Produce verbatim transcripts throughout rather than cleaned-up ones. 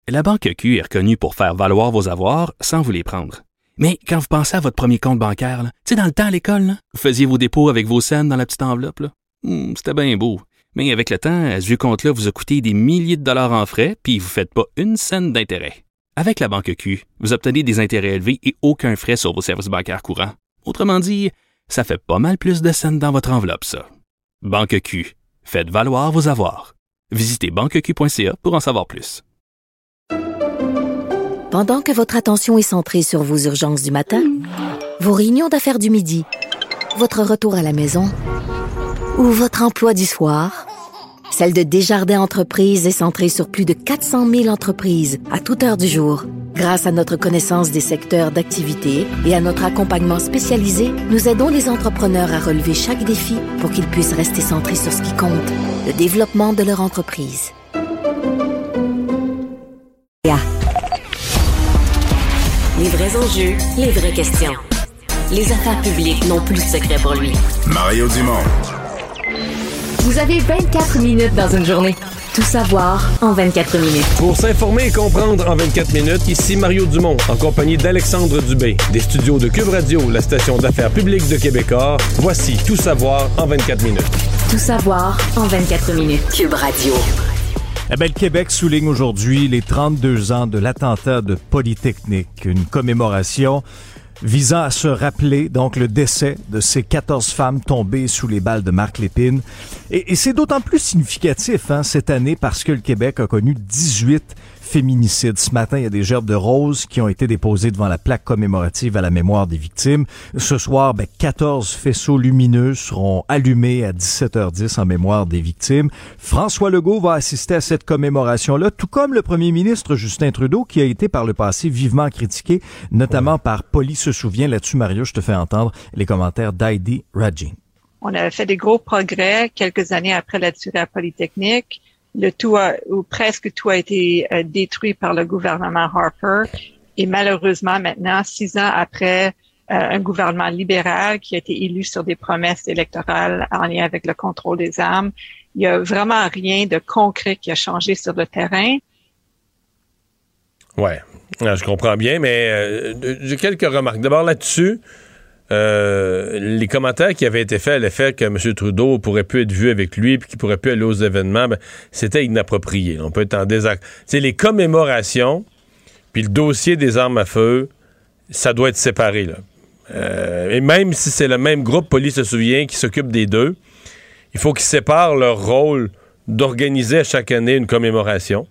La Banque Q est reconnue pour faire valoir vos avoirs sans vous les prendre. Mais quand vous pensez à votre premier compte bancaire, tu sais, dans le temps à l'école, là, vous faisiez vos dépôts avec vos scènes dans la petite enveloppe. Là. Hum, c'était bien beau. Mais avec le temps, ce vieux compte-là vous a coûté des milliers de dollars en frais, puis vous ne faites pas une scène d'intérêt. Avec la Banque Q, vous obtenez des intérêts élevés et aucun frais sur vos services bancaires courants. Autrement dit, ça fait pas mal plus de scènes dans votre enveloppe, ça. Banque Q. Faites valoir vos avoirs. Visitez banque q point c a pour en savoir plus. Pendant que votre attention est centrée sur vos urgences du matin, vos réunions d'affaires du midi, votre retour à la maison ou votre emploi du soir, celle de Desjardins Entreprises est centrée sur plus de quatre cent mille entreprises à toute heure du jour. Grâce à notre connaissance des secteurs d'activité et à notre accompagnement spécialisé, nous aidons les entrepreneurs à relever chaque défi pour qu'ils puissent rester centrés sur ce qui compte, le développement de leur entreprise. Yeah. Les vrais enjeux, les vraies questions. Les affaires publiques n'ont plus de secret pour lui. Mario Dumont. Vous avez vingt-quatre minutes dans une journée. Tout savoir en vingt-quatre minutes. Pour s'informer et comprendre en vingt-quatre minutes, ici Mario Dumont, en compagnie d'Alexandre Dubé, des studios de Cube Radio, la station d'affaires publique de Québécois. Voici Tout savoir en vingt-quatre minutes. Tout savoir en vingt-quatre minutes. Cube Radio. Eh bien, le Québec souligne aujourd'hui les trente-deux ans de l'attentat de Polytechnique, une commémoration visant à se rappeler donc le décès de ces quatorze femmes tombées sous les balles de Marc Lépine. Et, et c'est d'autant plus significatif hein, cette année parce que le Québec a connu dix-huit féminicides. Ce matin, il y a des gerbes de roses qui ont été déposées devant la plaque commémorative à la mémoire des victimes. Ce soir, ben, quatorze faisceaux lumineux seront allumés à dix-sept heures dix en mémoire des victimes. François Legault va assister à cette commémoration-là, tout comme le premier ministre Justin Trudeau, qui a été par le passé vivement critiqué, notamment ouais. par Poly se souvient. Là-dessus, Mario, je te fais entendre les commentaires d'Heidi Rajin. On a fait des gros progrès quelques années après la tuerie à Polytechnique. Le tout a, ou presque tout a été euh, détruit par le gouvernement Harper. Et malheureusement, maintenant, six ans après euh, un gouvernement libéral qui a été élu sur des promesses électorales en lien avec le contrôle des armes, il n'y a vraiment rien de concret qui a changé sur le terrain. Ouais, je comprends bien, mais euh, j'ai quelques remarques. D'abord là-dessus, Euh, les commentaires qui avaient été faits à l'effet que M. Trudeau pourrait plus être vu avec lui puis qu'il pourrait plus aller aux événements, ben, c'était inapproprié. On peut être en désaccord. C'est les commémorations puis le dossier des armes à feu, ça doit être séparé, là. Euh, et même si c'est le même groupe, Poly se souvient, qui s'occupe des deux, il faut qu'ils séparent leur rôle d'organiser à chaque année une commémoration.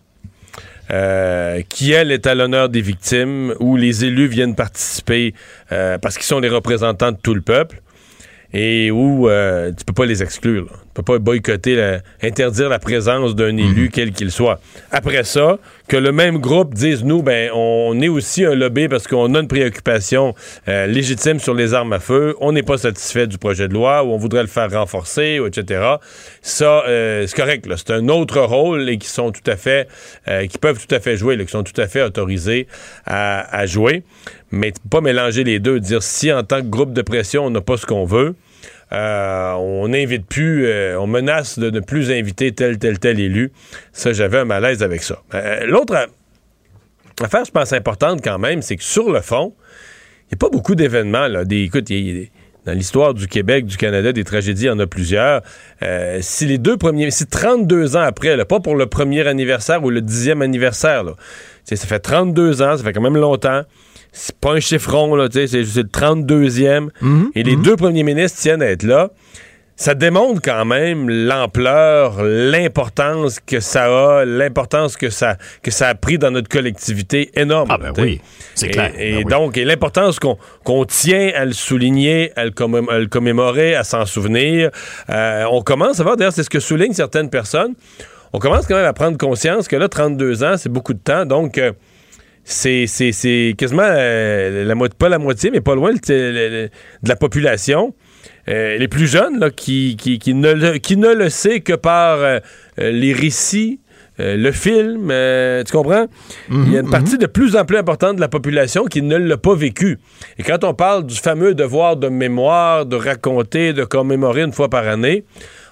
Euh, qui, elle, est à l'honneur des victimes, où les élus viennent participer euh, parce qu'ils sont les représentants de tout le peuple, et où euh, tu peux pas les exclure. Là. Tu peux pas boycotter, la, interdire la présence d'un élu, quel qu'il soit. Après ça, que le même groupe dise, nous, ben, on est aussi un lobby parce qu'on a une préoccupation euh, légitime sur les armes à feu, on n'est pas satisfait du projet de loi, ou on voudrait le faire renforcer, ou et cetera. Ça, euh, c'est correct, là. C'est un autre rôle et qui sont tout à fait, euh, qui peuvent tout à fait jouer, là, qui sont tout à fait autorisés à, à jouer. Mais pas mélanger les deux, dire si en tant que groupe de pression, on n'a pas ce qu'on veut, Euh, on n'invite plus, euh, on menace de ne plus inviter tel, tel, tel élu. Ça, j'avais un malaise avec ça. Euh, l'autre affaire, je pense, importante quand même, c'est que sur le fond, il n'y a pas beaucoup d'événements. Là, des, écoute, y a, y a, dans l'histoire du Québec, du Canada, des tragédies, il y en a plusieurs. Euh, si les deux premiers, si trente-deux ans après, là, pas pour le premier anniversaire ou le dixième anniversaire, là, ça fait trente-deux ans, ça fait quand même longtemps. C'est pas un chiffron, là, c'est, c'est le trente-deuxième. Mm-hmm. Et les mm-hmm. deux premiers ministres tiennent à être là. Ça démontre quand même l'ampleur, l'importance que ça a, l'importance que ça, que ça a pris dans notre collectivité énorme. Ah ben t'sais. Oui, c'est et, clair. Et ben donc, oui. et l'importance qu'on, qu'on tient à le souligner, à le, commém- à le commémorer, à s'en souvenir. Euh, on commence à voir, d'ailleurs, c'est ce que soulignent certaines personnes, on commence quand même à prendre conscience que là, trente-deux ans, c'est beaucoup de temps, donc... Euh, C'est, c'est, c'est quasiment euh, la mo- pas la moitié, mais pas loin le, le, le, de la population. Euh, les plus jeunes là, qui, qui, qui, ne le, qui ne le sait que par euh, les récits, euh, le film, euh, tu comprends? Mm-hmm, il y a une partie mm-hmm. de plus en plus importante de la population qui ne l'a pas vécu. Et quand on parle du fameux devoir de mémoire, de raconter, de commémorer une fois par année,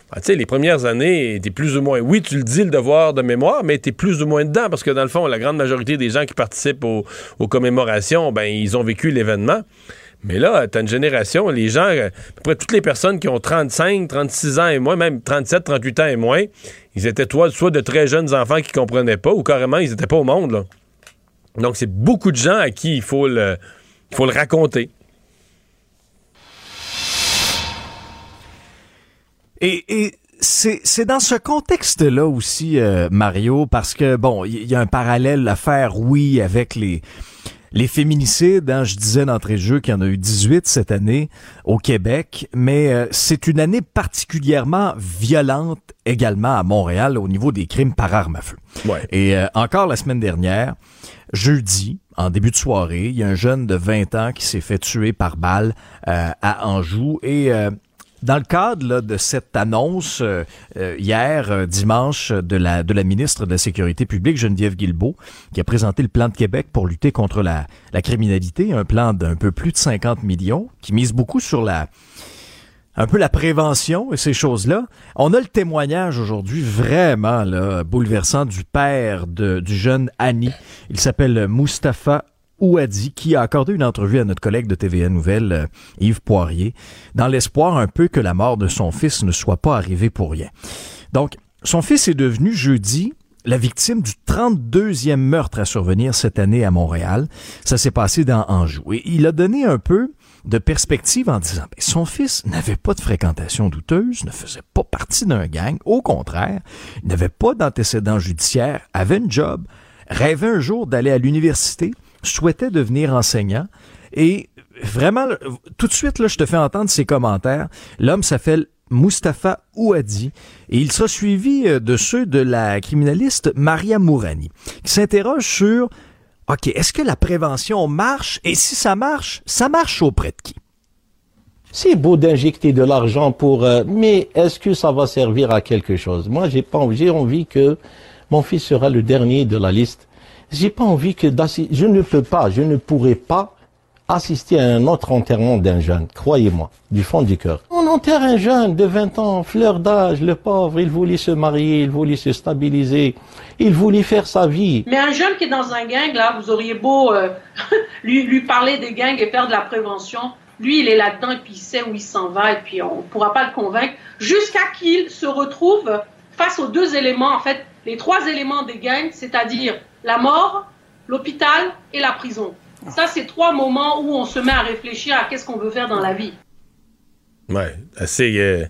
Ah, tu sais, les premières années, t'es plus ou moins... Oui, tu le dis, le devoir de mémoire, mais t'es plus ou moins dedans, parce que dans le fond, la grande majorité des gens qui participent aux, aux commémorations, ben ils ont vécu l'événement. Mais là, t'as une génération, les gens, à peu près toutes les personnes qui ont trente-cinq, trente-six ans et moins, même trente-sept, trente-huit ans et moins, ils étaient soit, soit de très jeunes enfants qui comprenaient pas, ou carrément, ils étaient pas au monde, là. Donc, c'est beaucoup de gens à qui il faut le, il faut le raconter. Et, et c'est, c'est dans ce contexte-là aussi, euh, Mario, parce que, bon, il y, y a un parallèle à faire, oui, avec les les féminicides. Hein, je disais d'entrée de jeu qu'il y en a eu dix-huit cette année au Québec, mais euh, c'est une année particulièrement violente également à Montréal au niveau des crimes par arme à feu. Ouais. Et euh, encore la semaine dernière, jeudi, en début de soirée, il y a un jeune de vingt ans qui s'est fait tuer par balle euh, à Anjou et... Euh, Dans le cadre là, de cette annonce euh, hier, euh, dimanche, de la de la ministre de la Sécurité publique, Geneviève Guilbeault, qui a présenté le plan de Québec pour lutter contre la, la criminalité, un plan d'un peu plus de cinquante millions, qui mise beaucoup sur la un peu la prévention et ces choses-là. On a le témoignage aujourd'hui vraiment là bouleversant du père de du jeune Annie. Il s'appelle Mustapha Ouadi, qui a accordé une entrevue à notre collègue de T V N Nouvelles, euh, Yves Poirier, dans l'espoir un peu que la mort de son fils ne soit pas arrivée pour rien. Donc, son fils est devenu jeudi la victime du trente-deuxième meurtre à survenir cette année à Montréal. Ça s'est passé dans Anjou. Et il a donné un peu de perspective en disant ben, son fils n'avait pas de fréquentation douteuse, ne faisait pas partie d'un gang. Au contraire, il n'avait pas d'antécédents judiciaires, avait une job, rêvait un jour d'aller à l'université, souhaitait devenir enseignant et vraiment, tout de suite, là, je te fais entendre ses commentaires. L'homme s'appelle Mustapha Ouadi et il sera suivi de ceux de la criminaliste Maria Mourani qui s'interroge sur OK, est-ce que la prévention marche et si ça marche, ça marche auprès de qui? C'est beau d'injecter de l'argent pour... Euh, mais est-ce que ça va servir à quelque chose? Moi, j'ai pas envie, j'ai envie que mon fils sera le dernier de la liste. J'ai pas envie que d'assister, je ne peux pas, je ne pourrais pas assister à un autre enterrement d'un jeune, croyez-moi, du fond du cœur. On enterre un jeune de vingt ans, fleur d'âge, le pauvre, il voulait se marier, il voulait se stabiliser, il voulait faire sa vie. Mais un jeune qui est dans un gang, là, vous auriez beau euh, lui, lui parler des gangs et faire de la prévention, lui, il est là-dedans et puis il sait où il s'en va et puis on pourra pas le convaincre, jusqu'à qu'il se retrouve face aux deux éléments, en fait, les trois éléments des gangs, c'est-à-dire la mort, l'hôpital et la prison. Ça, c'est trois moments où on se met à réfléchir à qu'est-ce qu'on veut faire dans la vie. Ouais, assez, euh,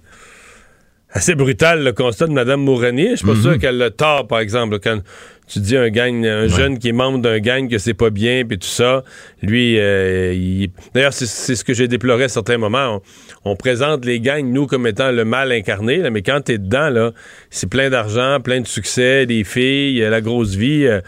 assez brutal le constat de Mme Mourani. Je suis pas mm-hmm. sûr qu'elle le tort, par exemple, quand tu dis un gang, un ouais. jeune qui est membre d'un gang que c'est pas bien, puis tout ça. Lui, euh, il... d'ailleurs, c'est, c'est ce que j'ai déploré à certains moments. On, on présente les gangs, nous, comme étant le mal incarné, là, mais quand t'es dedans, là, c'est plein d'argent, plein de succès, des filles, la grosse vie, euh,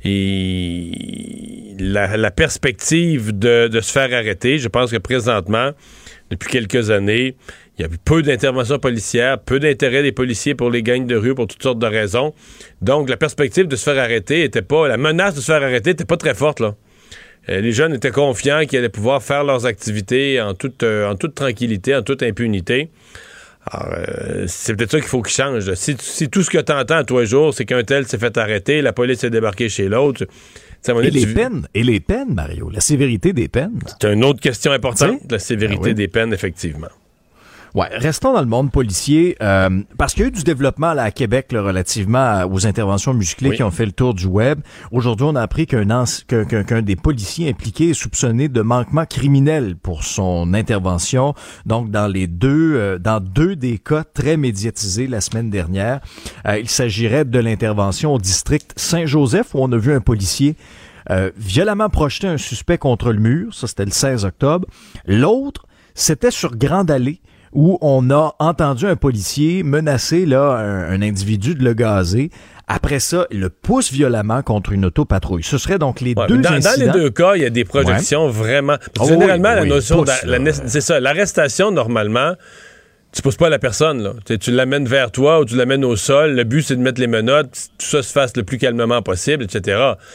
et la, la perspective de, de se faire arrêter, je pense que présentement, depuis quelques années, il y a eu peu d'interventions policières, peu d'intérêt des policiers pour les gangs de rue pour toutes sortes de raisons. Donc, la perspective de se faire arrêter était pas... La menace de se faire arrêter était pas très forte, là. Euh, les jeunes étaient confiants qu'ils allaient pouvoir faire leurs activités en toute, euh, en toute tranquillité, en toute impunité. Alors, euh, c'est peut-être ça qu'il faut qu'il change. Si, si tout ce que tu entends à tous les jours, c'est qu'un tel s'est fait arrêter, la police est débarquée chez l'autre... Et les tu... peines, et les peines, Mario, la sévérité des peines. C'est une autre question importante, la sévérité ah oui. des peines, effectivement. Ouais, restons dans le monde policier, euh, parce qu'il y a eu du développement là, à Québec là, relativement aux interventions musclées oui. qui ont fait le tour du web. Aujourd'hui, on a appris qu'un, qu'un, qu'un, qu'un des policiers impliqués est soupçonné de manquement criminel pour son intervention. Donc, dans les deux, euh, dans deux des cas très médiatisés la semaine dernière, euh, il s'agirait de l'intervention au district Saint-Joseph où on a vu un policier euh, violemment projeter un suspect contre le mur. Ça, c'était le seize octobre. L'autre, c'était sur Grande Allée, où on a entendu un policier menacer là un, un individu de le gazer. Après ça, il le pousse violemment contre une autopatrouille. Ce serait donc les ouais, deux dans, incidents. Dans les deux cas, il y a des projections ouais. vraiment... Oh, généralement, oui, la oui, notion... pousse, de, la, la, c'est ça, l'arrestation, normalement, tu pousses pas la personne. Là. Tu, tu l'amènes vers toi ou tu l'amènes au sol. Le but, c'est de mettre les menottes, tout ça se fasse le plus calmement possible, et cetera.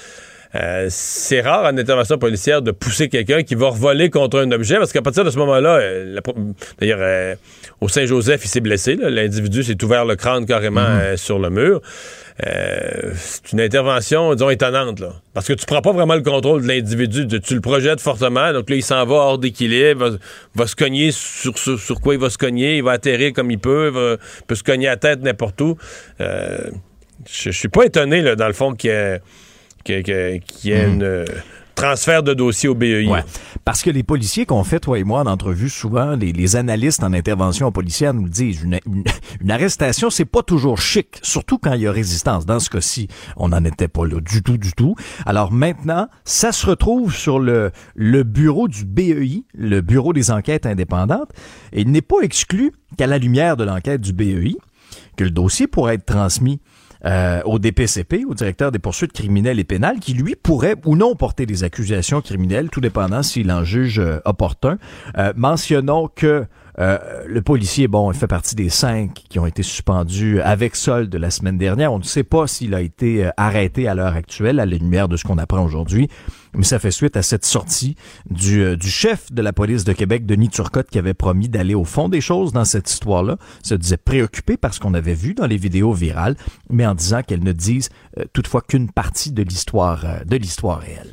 Euh, c'est rare en intervention policière de pousser quelqu'un qui va revoler contre un objet, parce qu'à partir de ce moment-là, euh, la, d'ailleurs, euh, au Saint-Joseph, il s'est blessé. Là, l'individu s'est ouvert le crâne carrément mm-hmm. euh, sur le mur. Euh, c'est une intervention, disons, étonnante, là. Parce que tu prends pas vraiment le contrôle de l'individu. Tu le projettes fortement, donc là, il s'en va hors d'équilibre, va, va se cogner sur, sur, sur quoi il va se cogner, il va atterrir comme il peut, il va, peut se cogner à la tête n'importe où. Euh, je, je suis pas étonné, là, dans le fond, qu'il y ait, qu'il y ait, qu'il y ait mmh. une... Euh, transfert de dossier au B E I. Ouais. Parce que les policiers qu'on fait, toi et moi, en entrevue, souvent, les, les analystes en intervention policière nous disent une, une, une arrestation, c'est pas toujours chic, surtout quand il y a résistance. Dans ce cas-ci, on n'en était pas là du tout, du tout. Alors maintenant, ça se retrouve sur le, le bureau du B E I, le bureau des enquêtes indépendantes, et il n'est pas exclu qu'à la lumière de l'enquête du B E I, que le dossier pourrait être transmis Euh, au D P C P, au directeur des poursuites criminelles et pénales, qui lui pourrait ou non porter des accusations criminelles, tout dépendant s'il en juge euh, opportun. Euh, mentionnons que euh, le policier, bon, il fait partie des cinq qui ont été suspendus avec solde la semaine dernière. On ne sait pas s'il a été euh, arrêté à l'heure actuelle, à la lumière de ce qu'on apprend aujourd'hui, mais ça fait suite à cette sortie du, euh, du chef de la police de Québec, Denis Turcotte, qui avait promis d'aller au fond des choses dans cette histoire-là, se disait préoccupé par ce qu'on avait vu dans les vidéos virales, mais en disant qu'elles ne disent euh, toutefois qu'une partie de l'histoire euh, de l'histoire réelle.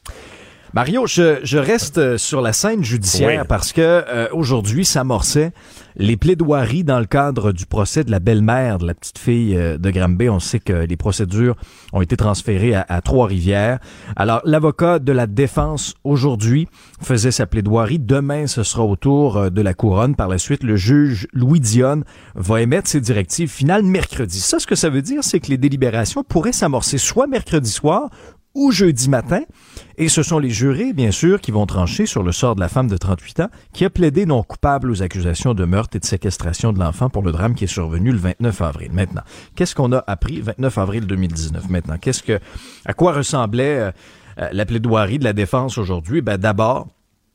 Mario, je, je reste sur la scène judiciaire oui. parce que euh, aujourd'hui s'amorçaient les plaidoiries dans le cadre du procès de la belle-mère de la petite fille euh, de Granby. On sait que les procédures ont été transférées à, à Trois-Rivières. Alors, l'avocat de la défense aujourd'hui faisait sa plaidoirie. Demain, ce sera au tour de la couronne. Par la suite, le juge Louis Dionne va émettre ses directives finales mercredi. Ça, ce que ça veut dire, c'est que les délibérations pourraient s'amorcer soit mercredi soir ou jeudi matin, et ce sont les jurés, bien sûr, qui vont trancher sur le sort de la femme de trente-huit ans qui a plaidé non coupable aux accusations de meurtre et de séquestration de l'enfant pour le drame qui est survenu le vingt-neuf avril. Maintenant, qu'est-ce qu'on a appris vingt-neuf avril deux mille dix-neuf? Maintenant, qu'est-ce que, à quoi ressemblait euh, la plaidoirie de la défense aujourd'hui? Ben, d'abord,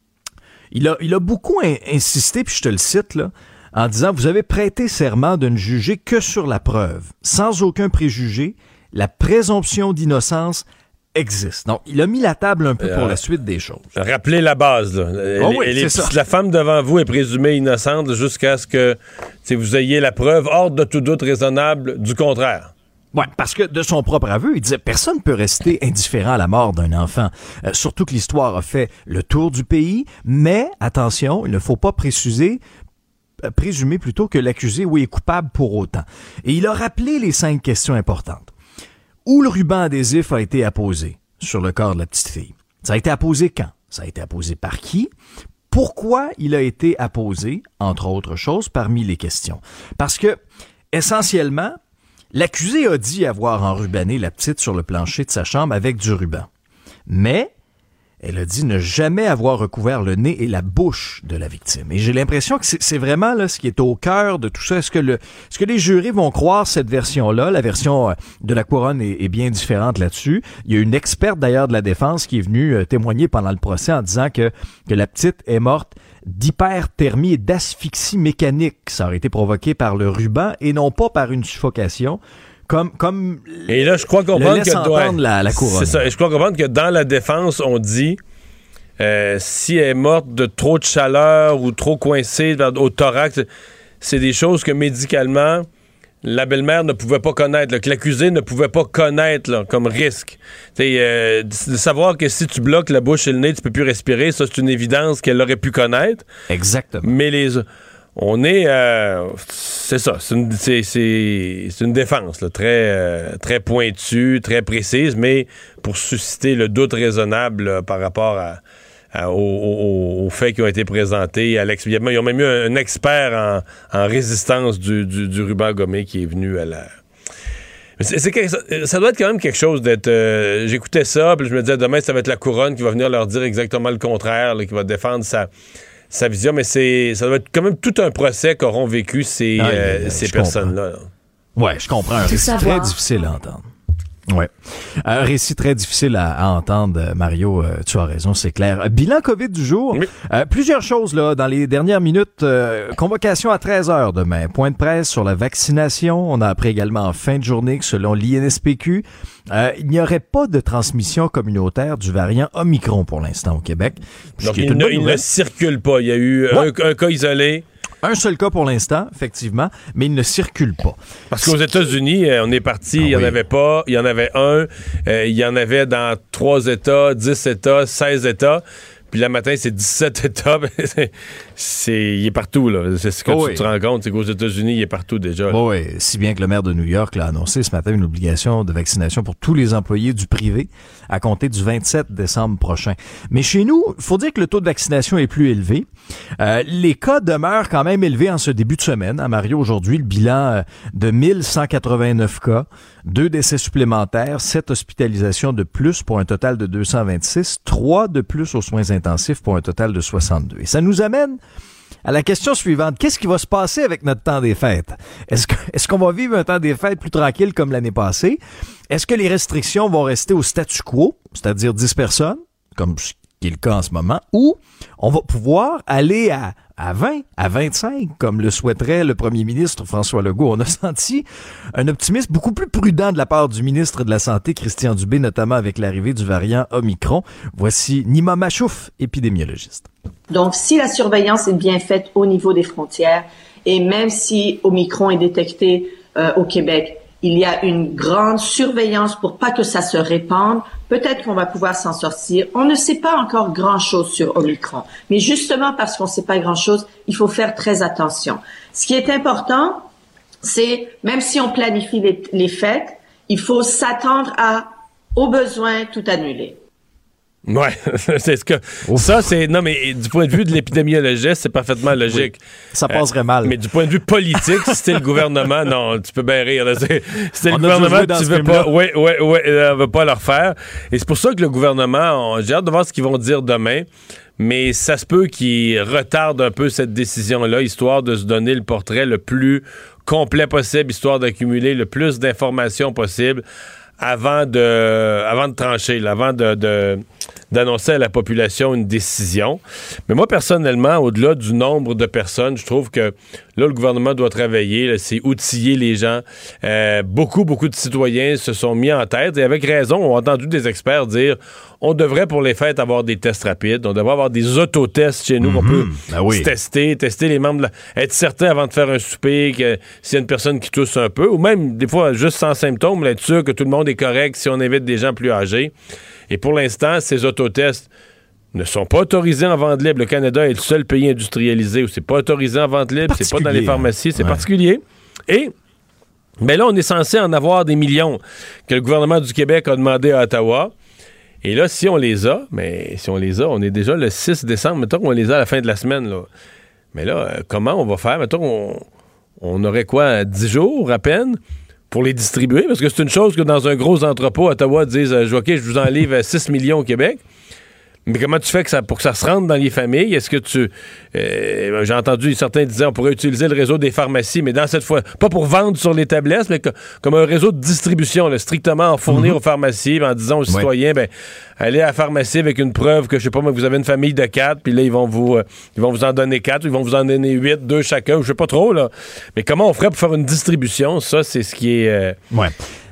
il a, il a beaucoup in- insisté, puis je te le cite, là, en disant, vous avez prêté serment de ne juger que sur la preuve, sans aucun préjugé, la présomption d'innocence existe. Donc, il a mis la table un peu pour euh, la suite des choses. Rappelez la base. Là. Oh oui, les, c'est ça. La femme devant vous est présumée innocente jusqu'à ce que vous ayez la preuve hors de tout doute raisonnable du contraire. Oui, parce que de son propre aveu, il disait personne ne peut rester indifférent à la mort d'un enfant. Euh, surtout que l'histoire a fait le tour du pays, mais attention, il ne faut pas préciser euh, présumer plutôt que l'accusé oui, est coupable pour autant. Et il a rappelé les cinq questions importantes. Où le ruban adhésif a été apposé sur le corps de la petite fille? Ça a été apposé quand? Ça a été apposé par qui? Pourquoi il a été apposé, entre autres choses, parmi les questions? Parce que, essentiellement, l'accusé a dit avoir enrubanné la petite sur le plancher de sa chambre avec du ruban. Mais elle a dit ne jamais avoir recouvert le nez et la bouche de la victime. Et j'ai l'impression que c'est, c'est vraiment là ce qui est au cœur de tout ça. Est-ce que, le, est-ce que les jurés vont croire cette version-là? La version de la couronne est, est bien différente là-dessus. Il y a une experte d'ailleurs de la défense qui est venue euh, témoigner pendant le procès en disant que, que la petite est morte d'hyperthermie et d'asphyxie mécanique. Ça aurait été provoqué par le ruban et non pas par une suffocation. Comme, comme et là, je crois comprendre que entendre la, la couronne. C'est ça. Et je crois comprendre que dans la défense, on dit euh, si elle est morte de trop de chaleur ou trop coincée au thorax, c'est des choses que médicalement la belle-mère ne pouvait pas connaître, là, que l'accusé ne pouvait pas connaître là, comme risque. Euh, de savoir que si tu bloques la bouche et le nez, tu peux plus respirer, ça c'est une évidence qu'elle aurait pu connaître. Exactement. Mais les On est... Euh, c'est ça, c'est une, c'est, c'est, c'est une défense là, très, euh, très pointue, très précise, mais pour susciter le doute raisonnable là, par rapport à, à, aux, aux, aux faits qui ont été présentés. À ils ont même eu un, un expert en, en résistance du, du, du ruban gommé qui est venu à la... C'est, c'est, ça, ça doit être quand même quelque chose d'être... Euh, j'écoutais ça, puis je me disais, demain, ça va être la couronne qui va venir leur dire exactement le contraire, là, qui va défendre sa... sa vision, mais c'est ça doit être quand même tout un procès qu'auront vécu ces, ah, euh, ces personnes-là. Oui, je comprends. C'est très difficile à entendre. Oui. Un récit très difficile à, à entendre, Mario. Euh, tu as raison, c'est clair. Bilan COVID du jour. Oui. Euh, plusieurs choses là dans les dernières minutes. Euh, convocation à treize heures demain. Point de presse sur la vaccination. On a appris également en fin de journée que selon l'I N S P Q, euh, il n'y aurait pas de transmission communautaire du variant Omicron pour l'instant au Québec. Donc il ne, il ne circule pas. Il y a eu ouais. un, un cas isolé. Un seul cas pour l'instant, effectivement, mais il ne circule pas. Parce qu'aux États-Unis, on est parti, ah, il n'y en oui. avait pas, il y en avait un, euh, il y en avait dans trois États, dix États, seize États. Puis le matin, c'est dix-sept États. c'est, c'est, il est partout, là. C'est ce que oh tu oui. te rends compte, c'est qu'aux États-Unis, il est partout déjà. Oh oui, si bien que le maire de New York l'a annoncé ce matin une obligation de vaccination pour tous les employés du privé à compter du vingt-sept décembre prochain. Mais chez nous, il faut dire que le taux de vaccination est plus élevé. Euh, les cas demeurent quand même élevés en ce début de semaine. À Mario, aujourd'hui, le bilan de mille cent quatre-vingt-neuf cas, deux décès supplémentaires, sept hospitalisations de plus pour un total de deux cent vingt-six, trois de plus aux soins intensifs pour un total de soixante-deux. Et ça nous amène à la question suivante. Qu'est-ce qui va se passer avec notre temps des fêtes? Est-ce que, est-ce qu'on va vivre un temps des fêtes plus tranquille comme l'année passée? Est-ce que les restrictions vont rester au statu quo, c'est-à-dire dix personnes, comme ce qui est le cas en ce moment, ou on va pouvoir aller à, à vingt, à vingt-cinq, comme le souhaiterait le premier ministre François Legault? On a senti un optimisme beaucoup plus prudent de la part du ministre de la Santé, Christian Dubé, notamment avec l'arrivée du variant Omicron. Voici Nima Machouf, épidémiologiste. Donc, si la surveillance est bien faite au niveau des frontières, et même si Omicron est détecté euh, au Québec, il y a une grande surveillance pour pas que ça se répande, peut-être qu'on va pouvoir s'en sortir. On ne sait pas encore grand-chose sur Omicron, mais justement parce qu'on ne sait pas grand-chose, il faut faire très attention. Ce qui est important, c'est, même si on planifie les, les fêtes, il faut s'attendre à, au besoin, tout annuler. Ouais, c'est ce que Ouf. ça c'est non mais du point de vue de l'épidémiologiste, c'est parfaitement logique. Oui, ça passerait euh, mal. Mais du point de vue politique, si c'était le gouvernement, non, tu peux bien rire. Là, c'est, si c'était le gouvernement, tu veux pas, ouais, ouais, ouais, on veut pas le refaire. Et c'est pour ça que le gouvernement, on, j'ai hâte de voir ce qu'ils vont dire demain. Mais ça se peut qu'ils retardent un peu cette décision-là, histoire de se donner le portrait le plus complet possible, histoire d'accumuler le plus d'informations possible avant de, avant de trancher, là, avant de, de, d'annoncer à la population une décision. Mais moi, personnellement, au-delà du nombre de personnes, je trouve que là, le gouvernement doit travailler, là, c'est outiller les gens. Euh, beaucoup, beaucoup de citoyens se sont mis en tête, et avec raison, ont entendu des experts dire on devrait pour les fêtes avoir des tests rapides, on devrait avoir des autotests chez nous, mm-hmm. on peut ben oui. se tester, tester les membres, de la... être certain avant de faire un souper que s'il y a une personne qui tousse un peu, ou même des fois juste sans symptômes, être sûr que tout le monde est correct si on invite des gens plus âgés. Et pour l'instant, ces autotests ne sont pas autorisés en vente libre. Le Canada est le seul pays industrialisé où c'est pas autorisé en vente libre, c'est pas dans les pharmacies, c'est ouais. particulier. Et mais là, on est censé en avoir des millions que le gouvernement du Québec a demandé à Ottawa. Et là, si on les a, mais si on les a, on est déjà le six décembre, mettons qu'on les a à la fin de la semaine, là. Mais là, comment on va faire? Mettons on, on aurait quoi, dix jours à peine pour les distribuer? Parce que c'est une chose que dans un gros entrepôt, Ottawa disent « OK, je vous en livre six millions au Québec ». Mais comment tu fais que ça, pour que ça se rentre dans les familles? Est-ce que tu... Euh, j'ai entendu certains disant on pourrait utiliser le réseau des pharmacies, mais dans cette fois, pas pour vendre sur les tablettes, mais que, comme un réseau de distribution, là, strictement en fournir mm-hmm. aux pharmacies, en disant aux ouais. citoyens, ben, allez à la pharmacie avec une preuve que, je sais pas, mais vous avez une famille de quatre, puis là, ils vont vous euh, ils vont vous en donner quatre, ils vont vous en donner huit, deux chacun, je sais pas trop, là. Mais comment on ferait pour faire une distribution? Ça, c'est ce qui est... Euh, ouais.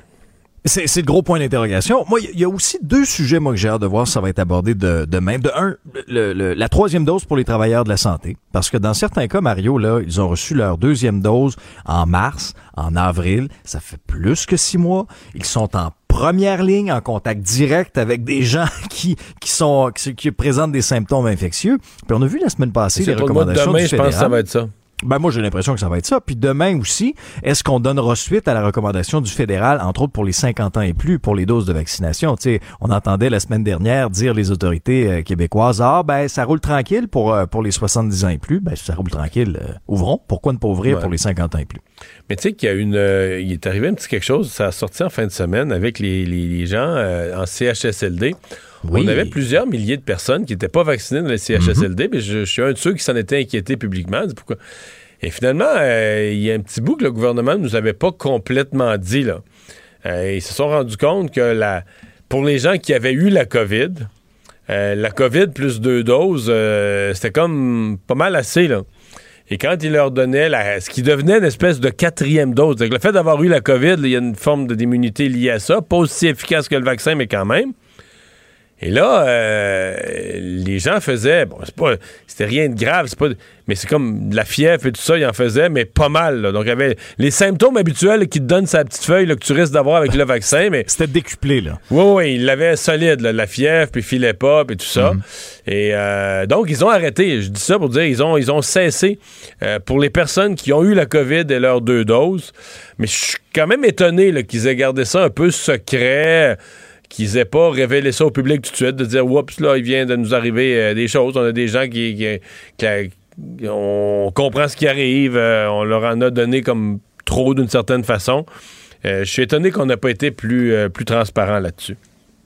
C'est, c'est le gros point d'interrogation. Moi, il y, y a aussi deux sujets, moi, que j'ai hâte de voir si ça va être abordé de, demain. De un, le, le, la troisième dose pour les travailleurs de la santé. Parce que dans certains cas, Mario, là, ils ont reçu leur deuxième dose en mars, en avril. Ça fait plus que six mois. Ils sont en première ligne, en contact direct avec des gens qui, qui sont, qui, qui présentent des symptômes infectieux. Puis on a vu la semaine passée c'est les recommandations demain, du fédéral. Je pense que ça va être ça. Ben moi, j'ai l'impression que ça va être ça. Puis demain aussi, est-ce qu'on donnera suite à la recommandation du fédéral, entre autres pour les cinquante ans et plus, pour les doses de vaccination? Tu sais, on entendait la semaine dernière dire les autorités euh, québécoises, ah ben ça roule tranquille pour euh, pour les soixante-dix ans et plus. Ben ça roule tranquille, euh, ouvrons. Pourquoi ne pas ouvrir ouais. pour les cinquante ans et plus? Mais tu sais qu'il y a une, euh, il est arrivé un petit quelque chose, ça a sorti en fin de semaine avec les, les, les gens euh, en C H S L D. Oui. On avait plusieurs milliers de personnes qui n'étaient pas vaccinées dans les C H S L D, mm-hmm. mais je, je suis un de ceux qui s'en était inquiété publiquement. Pourquoi? Et finalement, euh, il y a un petit bout que le gouvernement ne nous avait pas complètement dit, là. euh, ils se sont rendus compte que la, pour les gens qui avaient eu la COVID, euh, la COVID plus deux doses, euh, c'était comme pas mal assez, là. Et quand ils leur donnaient la, ce qui devenait une espèce de quatrième dose, donc le fait d'avoir eu la COVID, il y a une forme d'immunité liée à ça, pas aussi efficace que le vaccin, mais quand même. Et là, euh, les gens faisaient, bon, c'est pas, c'était rien de grave, c'est pas, mais c'est comme de la fièvre et tout ça, ils en faisaient, mais pas mal, là. Donc, il y avait les symptômes habituels là, qui te donnent sa petite feuille là, que tu risques d'avoir avec le vaccin, mais... C'était décuplé, là. Oui, oui, ils l'avaient solide, là, la fièvre, puis filait pas, puis tout ça. Mm-hmm. Et euh, donc, ils ont arrêté, je dis ça pour dire, ils ont, ils ont cessé euh, pour les personnes qui ont eu la COVID et leurs deux doses. Mais je suis quand même étonné là, qu'ils aient gardé ça un peu secret, qu'ils aient pas révélé ça au public tout de suite, de dire « Oups, là, il vient de nous arriver euh, des choses. » On a des gens qui... qui, qui, qui on comprend ce qui arrive. Euh, on leur en a donné comme trop d'une certaine façon. Euh, je suis étonné qu'on n'a pas été plus, euh, plus transparent là-dessus.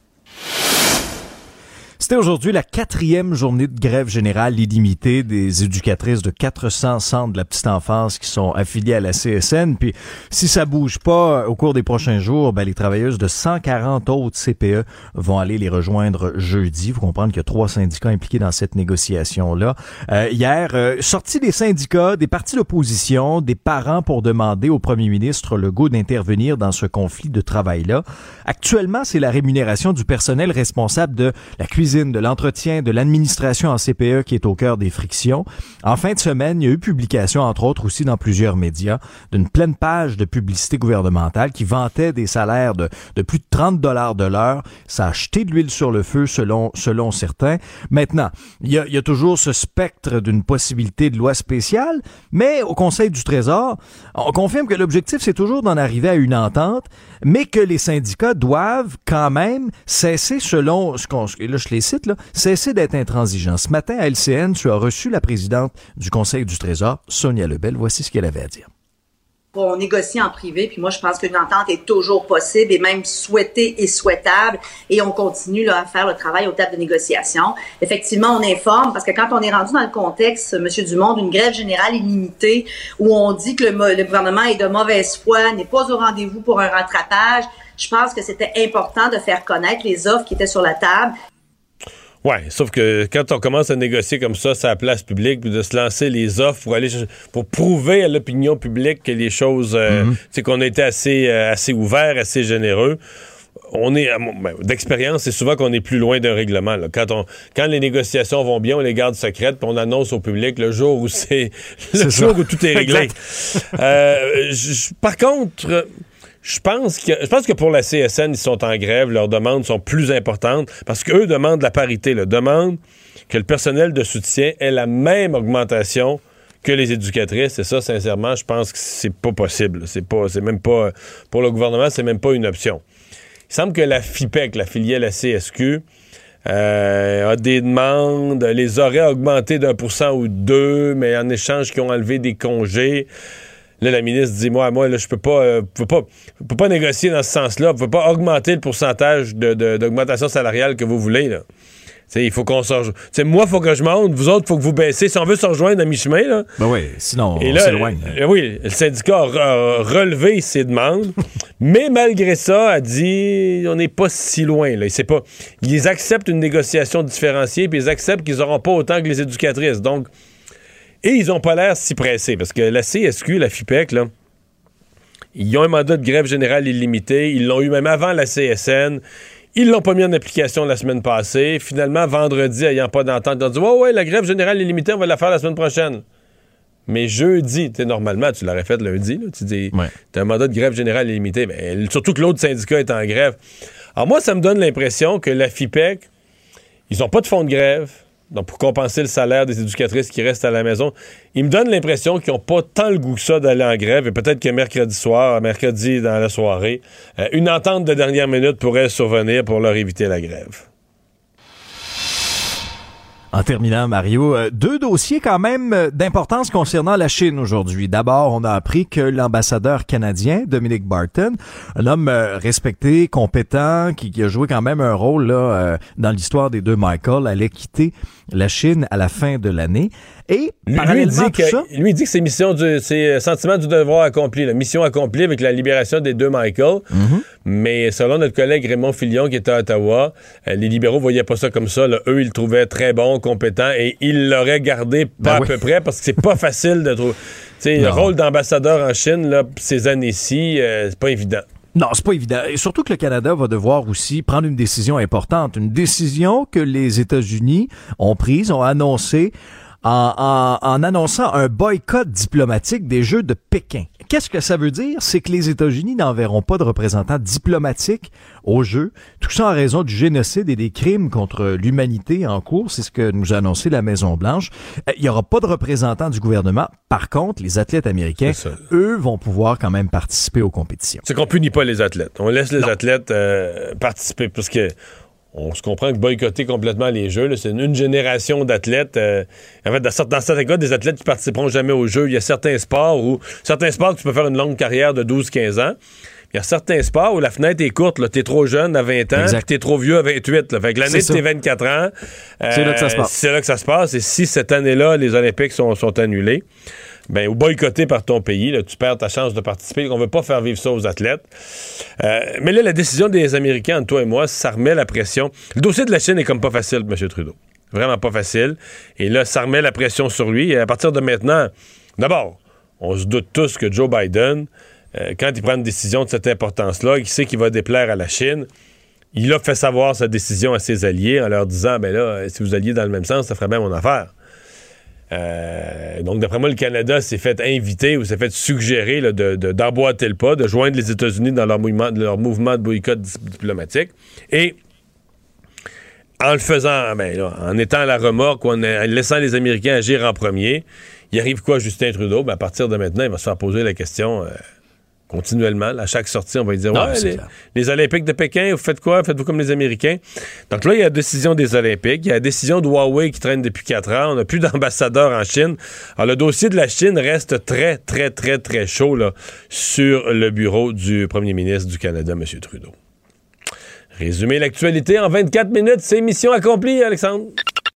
C'était aujourd'hui la quatrième journée de grève générale illimitée des éducatrices de quatre cents centres de la petite enfance qui sont affiliés à la C S N. Puis si ça bouge pas au cours des prochains jours, ben les travailleuses de cent quarante autres C P E vont aller les rejoindre jeudi. Il faut comprendre qu'il y a trois syndicats impliqués dans cette négociation-là. Euh, hier, euh, sortie des syndicats, des partis d'opposition, des parents pour demander au premier ministre Legault d'intervenir dans ce conflit de travail-là. Actuellement, c'est la rémunération du personnel responsable de la cuisine, de l'entretien, de l'administration en C P E qui est au cœur des frictions. En fin de semaine, il y a eu publication, entre autres aussi dans plusieurs médias, d'une pleine page de publicité gouvernementale qui vantait des salaires de, de plus de trente dollars de l'heure. Ça a jeté de l'huile sur le feu selon, selon certains. Maintenant, il y a, il y a toujours ce spectre d'une possibilité de loi spéciale, mais au Conseil du Trésor, on confirme que l'objectif, c'est toujours d'en arriver à une entente, mais que les syndicats doivent quand même cesser selon ce qu'on... Là, je les cite, là, cesser d'être intransigeants. Ce matin, à L C N, tu as reçu la présidente du Conseil du Trésor, Sonia Lebel. Voici ce qu'elle avait à dire. On négocie en privé, puis moi, je pense qu'une entente est toujours possible et même souhaitée et souhaitable, et on continue là, à faire le travail aux tables de négociation. Effectivement, on informe, parce que quand on est rendu dans le contexte, M. Dumont, d'une grève générale illimitée, où on dit que le, le gouvernement est de mauvaise foi, n'est pas au rendez-vous pour un rattrapage, je pense que c'était important de faire connaître les offres qui étaient sur la table. Oui, sauf que quand on commence à négocier comme ça, sur la place publique, puis de se lancer les offres pour aller pour prouver à l'opinion publique que les choses, euh, mm-hmm. c'est qu'on a été assez, euh, assez ouvert, assez généreux. On est, ben, d'expérience, c'est souvent qu'on est plus loin d'un règlement. Là. Quand on, quand les négociations vont bien, on les garde secrètes, puis on annonce au public le jour où c'est, le c'est jour ça. Où tout est réglé. euh, j- par contre. Je pense que je pense que pour la C S N, ils sont en grève, leurs demandes sont plus importantes parce qu'eux demandent la parité, là, demandent que le personnel de soutien ait la même augmentation que les éducatrices. Et ça, sincèrement, je pense que c'est pas possible. C'est pas, c'est même pas pour le gouvernement, c'est même pas une option. Il semble que la F I P E C, la filiale à C S Q, euh, a des demandes, les aurait augmentées d'un pour cent ou deux, mais en échange, qui ont enlevé des congés. Là, la ministre dit, moi, moi, là, je peux pas, euh, peux pas, peux pas négocier dans ce sens-là. Vous pouvez pas augmenter le pourcentage de, de, d'augmentation salariale que vous voulez, là. T'sais, il faut qu'on se rejoigne. T'sais, moi, il faut que je monte. Vous autres, il faut que vous baissiez. Si on veut se rejoindre à mi-chemin, là. Ben oui, sinon, et on là, s'éloigne. Euh, oui, le syndicat a re- relevé ses demandes. Mais malgré ça, a dit, on n'est pas si loin, là. C'est pas, ils acceptent une négociation différenciée, puis ils acceptent qu'ils n'auront pas autant que les éducatrices. Donc, et ils n'ont pas l'air si pressés, parce que la C S Q, la F I P E C, là, ils ont un mandat de grève générale illimité. Ils l'ont eu même avant la C S N. Ils l'ont pas mis en application la semaine passée. Finalement, vendredi, ayant pas d'entente, ils ont dit « Ouais, ouais, la grève générale illimitée, on va la faire la semaine prochaine. » Mais jeudi, tu sais, normalement, tu l'aurais fait lundi. Là, tu dis, ouais. Tu as un mandat de grève générale illimité. Mais surtout que l'autre syndicat est en grève. Alors moi, ça me donne l'impression que la F I P E C, ils n'ont pas de fonds de grève. Donc, pour compenser le salaire des éducatrices qui restent à la maison, ils me donnent l'impression qu'ils n'ont pas tant le goût que ça d'aller en grève. Et peut-être que mercredi soir, mercredi dans la soirée, euh, une entente de dernière minute pourrait survenir pour leur éviter la grève. En terminant, Mario, euh, deux dossiers quand même euh, d'importance concernant la Chine aujourd'hui. D'abord, on a appris que l'ambassadeur canadien, Dominic Barton, un homme euh, respecté, compétent, qui, qui a joué quand même un rôle là euh, dans l'histoire des deux Michael, allait quitter la Chine à la fin de l'année. Et lui, parallèlement lui, dit à tout ça, que, lui dit que c'est mission du, c'est sentiment du devoir accompli, la mission accomplie avec la libération des deux Michael. Mm-hmm. Mais selon notre collègue Raymond Filion qui était à Ottawa, euh, les libéraux voyaient pas ça comme ça. Là. Eux, ils le trouvaient très bon, compétent, et ils l'auraient gardé pas ben à oui. peu près parce que c'est pas facile de trouver. Le rôle d'ambassadeur en Chine, là, ces années-ci, euh, c'est pas évident. Non, c'est pas évident. Et surtout que le Canada va devoir aussi prendre une décision importante. Une décision que les États-Unis ont prise, ont annoncé en, en, en annonçant un boycott diplomatique des Jeux de Pékin. Qu'est-ce que ça veut dire? C'est que les États-Unis n'enverront pas de représentants diplomatiques aux Jeux. Tout ça en raison du génocide et des crimes contre l'humanité en cours. C'est ce que nous a annoncé la Maison-Blanche. Il n'y aura pas de représentants du gouvernement. Par contre, les athlètes américains, eux, vont pouvoir quand même participer aux compétitions. C'est qu'on punit pas les athlètes. On laisse les non. athlètes euh, participer parce que on se comprend que boycotter complètement les Jeux, là, c'est une, une génération d'athlètes. Euh, en fait, dans, dans certains cas, des athlètes qui participeront jamais aux Jeux. Il y a certains sports où certains sports tu peux faire une longue carrière de douze à quinze ans. Il y a certains sports où la fenêtre est courte. T'es trop jeune à vingt ans, puis t'es trop vieux à vingt-huit. Là. Fait que l'année de tes vingt-quatre ans, euh, c'est là que ça se passe. C'est là que ça se passe. Et si cette année-là, les Olympiques sont, sont annulés, ben, ou boycottés par ton pays, là, tu perds ta chance de participer. On veut pas faire vivre ça aux athlètes. Euh, mais là, la décision des Américains, entre toi et moi, ça remet la pression. Le dossier de la Chine est comme pas facile, M. Trudeau. Vraiment pas facile. Et là, ça remet la pression sur lui. Et à partir de maintenant, d'abord, on se doute tous que Joe Biden, euh, quand il prend une décision de cette importance-là, il sait qu'il va déplaire à la Chine. Il a fait savoir sa décision à ses alliés en leur disant, ben là, si vous alliez dans le même sens, ça ferait bien mon affaire. Euh, donc, d'après moi, le Canada s'est fait inviter ou s'est fait suggérer là, de, de, d'emboîter le pas, de joindre les États-Unis dans leur mouvement, leur mouvement de boycott diplomatique. Et en le faisant, ben, là, en étant à la remorque, ou en, en laissant les Américains agir en premier, il arrive quoi, Justin Trudeau? Ben, à partir de maintenant, il va se faire poser la question... Euh, continuellement. À chaque sortie, on va lui dire non, ouais, les, les Olympiques de Pékin, vous faites quoi? Faites-vous comme les Américains? Donc là, il y a la décision des Olympiques. Il y a la décision de Huawei qui traîne depuis quatre ans. On n'a plus d'ambassadeur en Chine. Alors, le dossier de la Chine reste très, très, très, très chaud là, sur le bureau du premier ministre du Canada, M. Trudeau. Résumer l'actualité en vingt-quatre minutes, c'est mission accomplie, Alexandre.